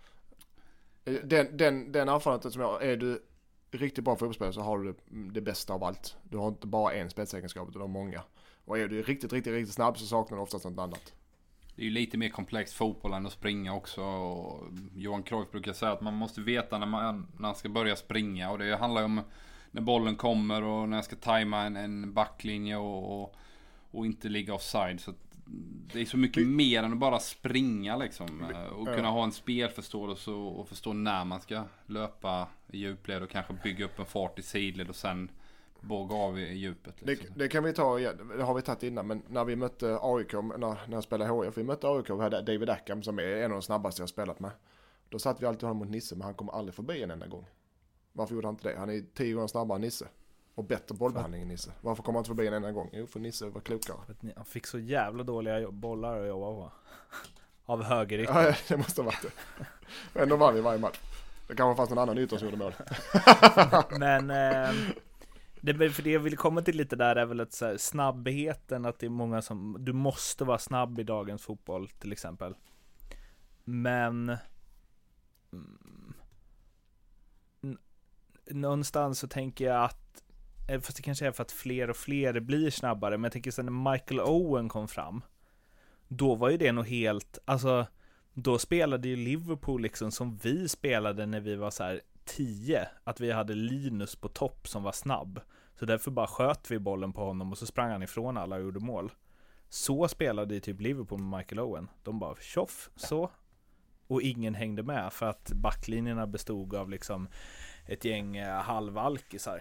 [SPEAKER 2] Den erfarenheten som jag, är du riktigt bra fotbollsspelare så har du det bästa av allt. Du har inte bara en spetsegenskap, utan du har många. Och är du riktigt snabb så saknar du oftast något annat.
[SPEAKER 3] Det är ju lite mer komplext fotboll än att springa också. Och Johan Cruyff brukar säga att man måste veta när man ska börja springa. Och det handlar ju om när bollen kommer och när jag ska tajma en backlinje och inte ligga offside. Så det är så mycket mer än att bara springa liksom. Och kunna ha en spelförståelse och förstå när man ska löpa i djupled och kanske bygga upp en fart i sidled och sen båga av i djupet. Liksom.
[SPEAKER 2] Det kan vi ta igen, det har vi tagit innan, men när vi mötte AIK, när jag spelade HF, vi mötte AIK och hade David Ackham som är en av de snabbaste jag spelat med. Då satt vi alltid honom mot Nisse, men han kommer aldrig förbi en enda gång. Varför gjorde han inte det? Han är 10 gånger snabbare än Nisse. Och bättre bollbehandling än Nisse. Varför kommer han inte förbi en enda gång? Jo, för Nisse var klokare.
[SPEAKER 1] Han fick så jävla dåliga bollar att jobba på. Av högerytter.
[SPEAKER 2] Ja, det måste ha varit det. Ändå vann vi varje match. Det kanske fanns någon annan ytter som gjorde mål.
[SPEAKER 1] Men för det jag vill komma till lite där är väl att så här, snabbheten, att det är många som, du måste vara snabb i dagens fotboll till exempel. Men någonstans så tänker jag att, fast det kanske är för att fler och fler blir snabbare, men jag tänker så när Michael Owen kom fram, då var ju det nog helt, alltså då spelade ju Liverpool liksom som vi spelade när vi var så här 10, att vi hade Linus på topp som var snabb, så därför bara sköt vi bollen på honom och så sprang han ifrån alla och gjorde mål. Så spelade ju typ Liverpool med Michael Owen, de bara tjoff, så, och ingen hängde med för att backlinjerna bestod av liksom ett gäng halvalkisar.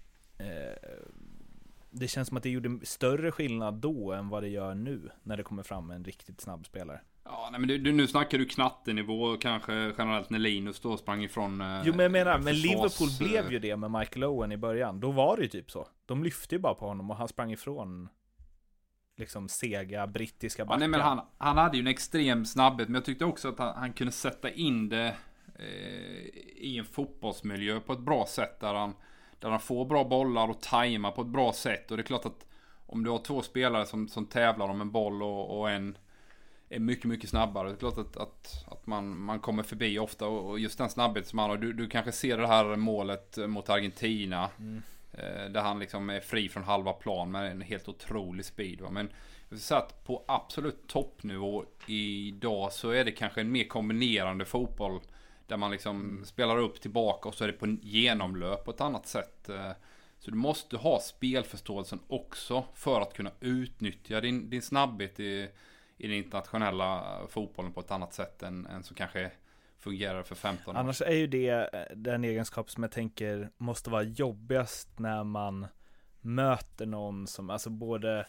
[SPEAKER 1] Det känns som att det gjorde större skillnad då än vad det gör nu när det kommer fram en riktigt snabb spelare.
[SPEAKER 3] Ja, nej, men nu snackar du knattenivå kanske generellt när Linus då sprang ifrån.
[SPEAKER 1] Jo, men jag menar, men Liverpool blev ju det med Michael Owen i början. Då var det ju typ så. De lyfte ju bara på honom och han sprang ifrån liksom sega brittiska backar.
[SPEAKER 3] Ja, nej, men han hade ju en extrem snabbhet, men jag tyckte också att han kunde sätta in det i en fotbollsmiljö på ett bra sätt där han får bra bollar och tajmar på ett bra sätt. Och det är klart att om du har två spelare som tävlar om en boll och en är mycket, mycket snabbare, det är klart att man kommer förbi ofta, och just den snabbhet som han har, du kanske ser det här målet mot Argentina där han liksom är fri från halva plan med en helt otrolig speed, va? Men jag vill säga att på absolut toppnivå idag så är det kanske en mer kombinerande fotboll där man liksom spelar upp tillbaka och så är det på genomlöp på ett annat sätt. Så du måste ha spelförståelsen också för att kunna utnyttja din snabbhet i i den internationella fotbollen på ett annat sätt än som kanske fungerar för 15 år.
[SPEAKER 1] Annars är ju det den egenskap som jag tänker måste vara jobbigast när man möter någon som, alltså både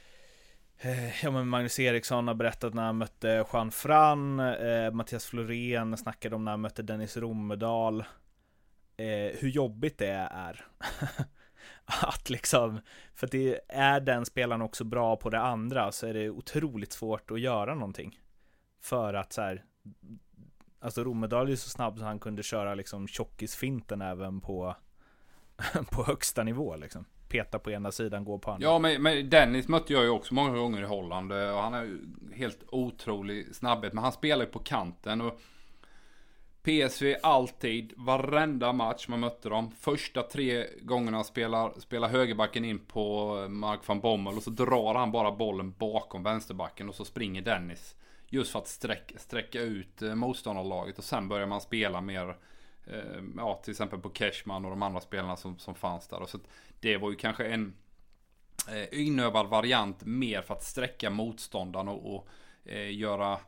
[SPEAKER 1] Magnus Eriksson har berättat när han mötte Juan Fran, Mattias Florén snackade om när han mötte Dennis Romedal, hur jobbigt det är att liksom, för att det är den spelaren också bra på det andra, så är det otroligt svårt att göra någonting, för att så här, alltså Romedal är ju så snabb så han kunde köra liksom tjockisfinten även på högsta nivå liksom. Peta på ena sidan, gå på andra.
[SPEAKER 3] Ja, men Dennis mötte jag ju också många gånger i Holland och han är ju helt otrolig snabbhet, men han spelar ju på kanten och PSV alltid, varenda match man mötte dem, första 3 gångerna spelar högerbacken in på Mark van Bommel och så drar han bara bollen bakom vänsterbacken och så springer Dennis just för att sträcka ut motståndarlaget och sen börjar man spela mer till exempel på Cashman och de andra spelarna som fanns där. Och så det var ju kanske en inövad variant mer för att sträcka motståndaren och göra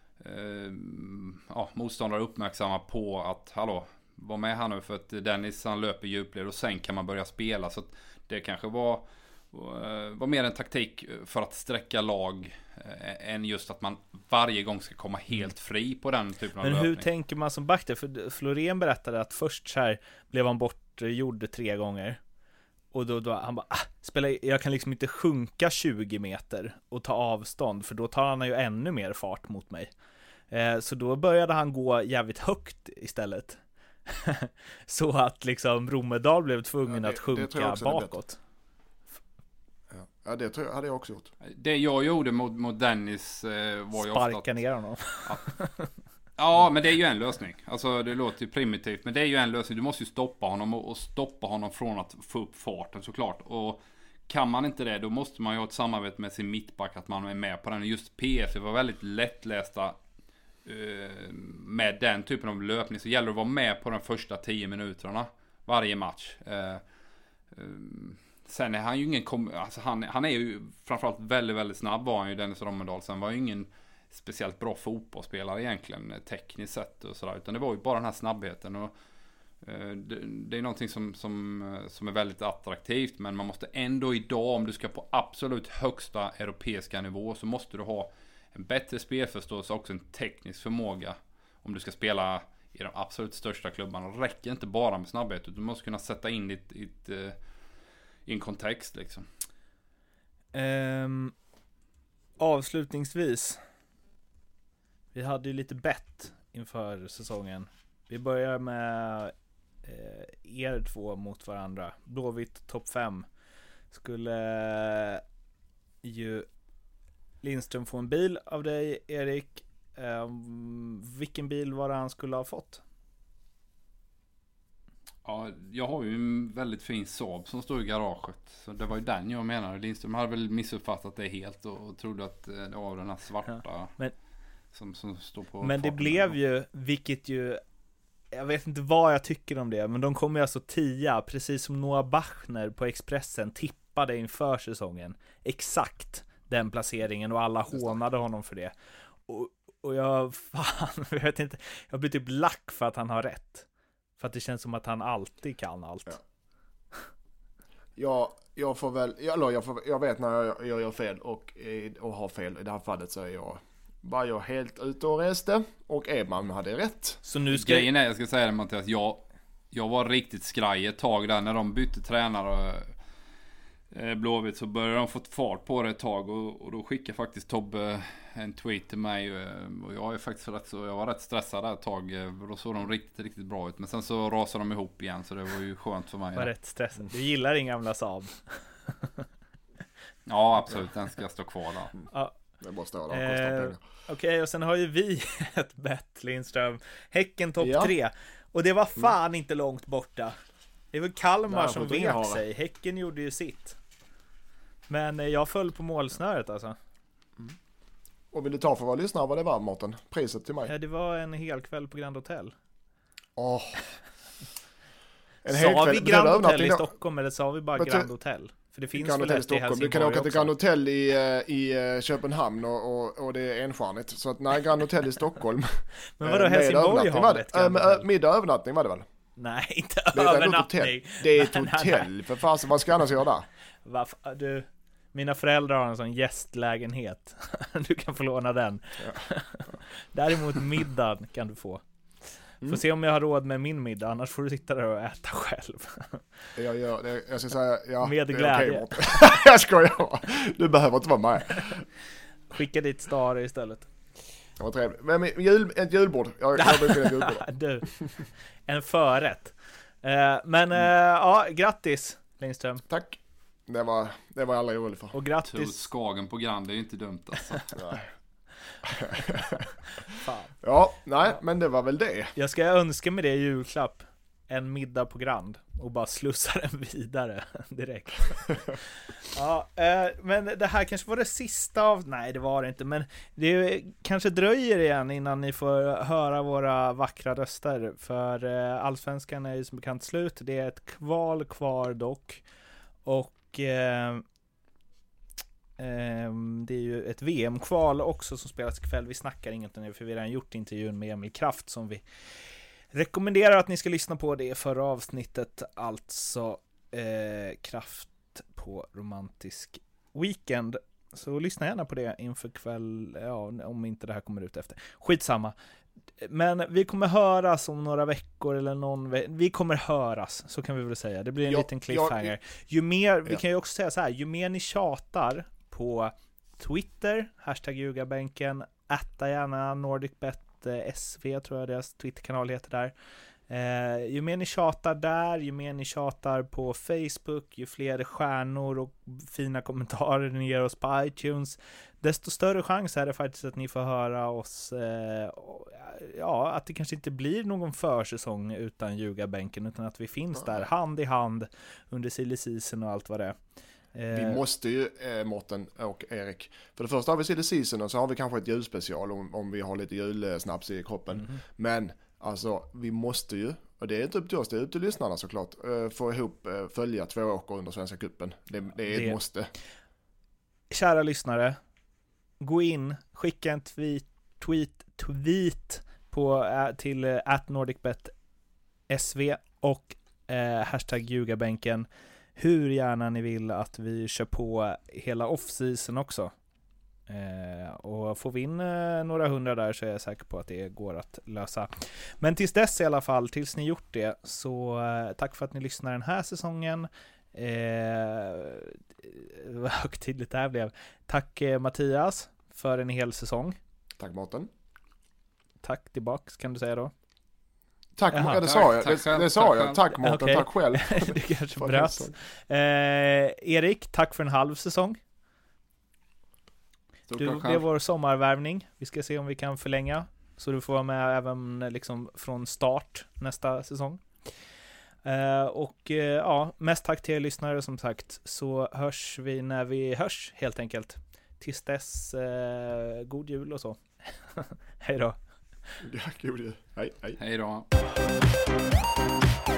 [SPEAKER 3] motståndare uppmärksamma på att hallå, var med här nu för att Dennis han löper djupled och sen kan man börja spela. Så att det kanske var mer en taktik för att sträcka lag än just att man varje gång ska komma helt fri på den typen av löpning.
[SPEAKER 1] Men hur tänker man som back där? För Florén berättade att först så här blev han bortgjord 3 gånger. Och då han bara, jag kan liksom inte sjunka 20 meter och ta avstånd, för då tar han ju ännu mer fart mot mig. Så då började han gå jävligt högt istället. Så att liksom Romedal blev tvungen att sjunka bakåt.
[SPEAKER 2] Ja, det tror jag hade jag också gjort.
[SPEAKER 3] Det jag gjorde mot Dennis var ju ofta
[SPEAKER 1] sparka ner honom.
[SPEAKER 3] Ja, men det är ju en lösning. Alltså det låter ju primitivt, men det är ju en lösning. Du måste ju stoppa honom och stoppa honom från att få upp farten såklart. Och kan man inte det, då måste man ju ha ett samarbete med sin mittback, att man är med på den. Just PSV var väldigt lättlästa med den typen av löpning. Så gäller det att vara med på de första 10 minuterna varje match. Sen är han ju ingen alltså han är ju framförallt väldigt, väldigt snabb var han ju, Dennis Romedal. Sen var ju ingen speciellt bra fotbollsspelare egentligen tekniskt sett och sådär, utan det var ju bara den här snabbheten och det är någonting som är väldigt attraktivt, men man måste ändå idag, om du ska på absolut högsta europeiska nivå, så måste du ha en bättre spelförståelse och också en teknisk förmåga om du ska spela i de absolut största klubbarna. Det räcker inte bara med snabbhet, utan du måste kunna sätta in ditt i en kontext liksom.
[SPEAKER 1] Avslutningsvis, vi hade ju lite bett inför säsongen. Vi börjar med er 2 mot varandra. Blåvitt topp 5. Skulle ju Lindström få en bil av dig, Erik? Vilken bil var det han skulle ha fått?
[SPEAKER 3] Ja, jag har ju en väldigt fin Saab som står i garaget. Så det var ju den jag menade. Lindström hade väl missuppfattat det helt och trodde att det var den här svarta som står på. Men det
[SPEAKER 1] blev ju, vilket ju, jag vet inte vad jag tycker om det, men de kommer ju alltså 10, precis som Noah Bachner på Expressen tippade inför säsongen. Exakt den placeringen, och alla hånade honom för det. Och jag vet inte, jag blir typ lack för att han har rätt. För att det känns som att han alltid kan allt.
[SPEAKER 2] Ja. Jag vet när jag gör fel och har fel. I det här fallet så är jag helt ute och reste och Edman hade rätt.
[SPEAKER 3] Så nu ska grejen är, jag ska säga det, Mattias, jag var riktigt skraj ett tag där när de bytte tränare Blåvitt, så började de få fart på det ett tag och då skickade faktiskt Tobbe en tweet till mig och jag är faktiskt jag var rätt stressad där ett tag, då såg de riktigt, riktigt bra ut, men sen så rasade de ihop igen, så det var ju skönt för mig.
[SPEAKER 1] Var rätt stressad. Du gillar din gamla Saab?
[SPEAKER 3] Ja, absolut, den ska stå kvar där.
[SPEAKER 1] Ja.
[SPEAKER 2] Det bara står där och kostar pengar.
[SPEAKER 1] Okej, och sen har ju vi ett bett, Lindström. Häcken topp 3. Och det var fan inte långt borta. Det var Kalmar som vek sig. Häcken gjorde ju sitt. Men jag föll på målsnöret alltså.
[SPEAKER 2] Och vill du ta för vad lyssnare vad det var, Mårten? Priset till mig?
[SPEAKER 1] Ja, det var en hel kväll på Grand Hotel.
[SPEAKER 2] En
[SPEAKER 1] sa vi Grand Hotel i Stockholm eller sa vi bara Grand Hotel? För det finns
[SPEAKER 2] Grand
[SPEAKER 1] väl
[SPEAKER 2] Hotel i
[SPEAKER 1] ett i
[SPEAKER 2] Stockholm.
[SPEAKER 1] Helsingborg
[SPEAKER 2] Du kan åka till
[SPEAKER 1] också.
[SPEAKER 2] Grand Hotel i Köpenhamn och det är enstjärnigt. Så att nej, Grand Hotel i Stockholm.
[SPEAKER 1] Men vadå, Helsingborg har väl ett Grand Hotel?
[SPEAKER 2] Middag övernattning var det väl?
[SPEAKER 1] Nej, inte
[SPEAKER 2] Det är väl ett
[SPEAKER 1] övernattning.
[SPEAKER 2] hotell. Det är ett
[SPEAKER 1] Nej,
[SPEAKER 2] hotell. För fan, vad ska annars göra där?
[SPEAKER 1] Du, mina föräldrar har en sån gästlägenhet. Du kan få låna den.
[SPEAKER 2] Ja.
[SPEAKER 1] Däremot middagen kan du få. Får se om jag har råd med min middag, annars får du sitta där och äta själv.
[SPEAKER 2] Jag gör det. Jag ska säga, ja,
[SPEAKER 1] Med
[SPEAKER 2] det är
[SPEAKER 1] glädje.
[SPEAKER 2] okej, jag skojar. Du behöver inte vara med.
[SPEAKER 1] Skicka dit Stare istället.
[SPEAKER 2] Det var trevligt. Men ett julbord. Jag brukar ett julbord.
[SPEAKER 1] Du, en förrätt. Ja, grattis Lindström.
[SPEAKER 2] Tack. Det var jag aldrig orolig för.
[SPEAKER 1] Och
[SPEAKER 3] Tror
[SPEAKER 1] grattis.
[SPEAKER 3] Skagen på Grand är ju inte dumt alltså.
[SPEAKER 2] Nej.
[SPEAKER 1] Fan.
[SPEAKER 2] Ja, nej, men det var väl det.
[SPEAKER 1] Jag ska önska mig det i julklapp. En middag på Grand. Och bara slussa den vidare direkt. Ja, men det här kanske var det sista av... Nej, det var det inte. Men det kanske dröjer igen innan ni får höra våra vackra röster. För Allsvenskan är ju som bekant slut. Det är ett kval kvar dock. Och det är ju ett VM-kval också som spelas ikväll. Vi snackar inget om det, för vi har redan gjort intervjun med Emil Kraft som vi rekommenderar att ni ska lyssna på. Det förra avsnittet, alltså Kraft på Romantisk Weekend. Så lyssna gärna på det inför kväll, ja, om inte det här kommer ut efter. Skitsamma. Men vi kommer höras om några veckor eller vi kommer höras, så kan vi väl säga. Det blir en liten cliffhanger. Ju mer, vi kan ju också säga så här, ju mer ni tjatar på Twitter, #ljugarbänken, @ gärna NordicBet SV, tror jag deras Twitterkanal heter där. Ju mer ni tjatar där, ju mer ni tjatar på Facebook, ju fler stjärnor och fina kommentarer ni ger oss på iTunes, desto större chans är det faktiskt att ni får höra oss, ja, att det kanske inte blir någon försäsong utan ljugarbänken, utan att vi finns där hand i hand under silly season och allt vad det är.
[SPEAKER 2] Vi måste ju, Mårten och Erik, för det första har vi silly season och så har vi kanske ett julspecial om vi har lite julsnaps i kroppen. Men alltså, vi måste ju, och det är inte upp till oss, det är upp till lyssnarna såklart, få ihop, följa 2 åker under Svenska cupen. Det är ett måste. Kära
[SPEAKER 1] lyssnare, gå in, skicka en tweet på, till @NordicBet SV och #ljugarbänken hur gärna ni vill att vi kör på hela off-season också. Och får vi in några 100 där, så är jag säker på att det går att lösa. Men tills dess i alla fall, tills ni gjort det, så tack för att ni lyssnar den här säsongen. Vad högtidligt det här blev. Tack Mattias för en hel säsong.
[SPEAKER 2] Tack Mårten.
[SPEAKER 1] Tack tillbaks, kan du säga då.
[SPEAKER 2] Tack, det sa jag. Det sa jag. Tack Mårten, okay. Tack själv.
[SPEAKER 1] Det kanske bröts. Erik, tack för en halv säsong. Du blev vår sommarvärvning. Vi ska se om vi kan förlänga, så du får vara med även liksom från start nästa säsong. Och ja, mest tack till er lyssnare som sagt. Så hörs vi när vi hörs helt enkelt. Tills dess, god jul och så. Hej då.
[SPEAKER 2] Ja, god jul. Hej, hej.
[SPEAKER 3] Hej då.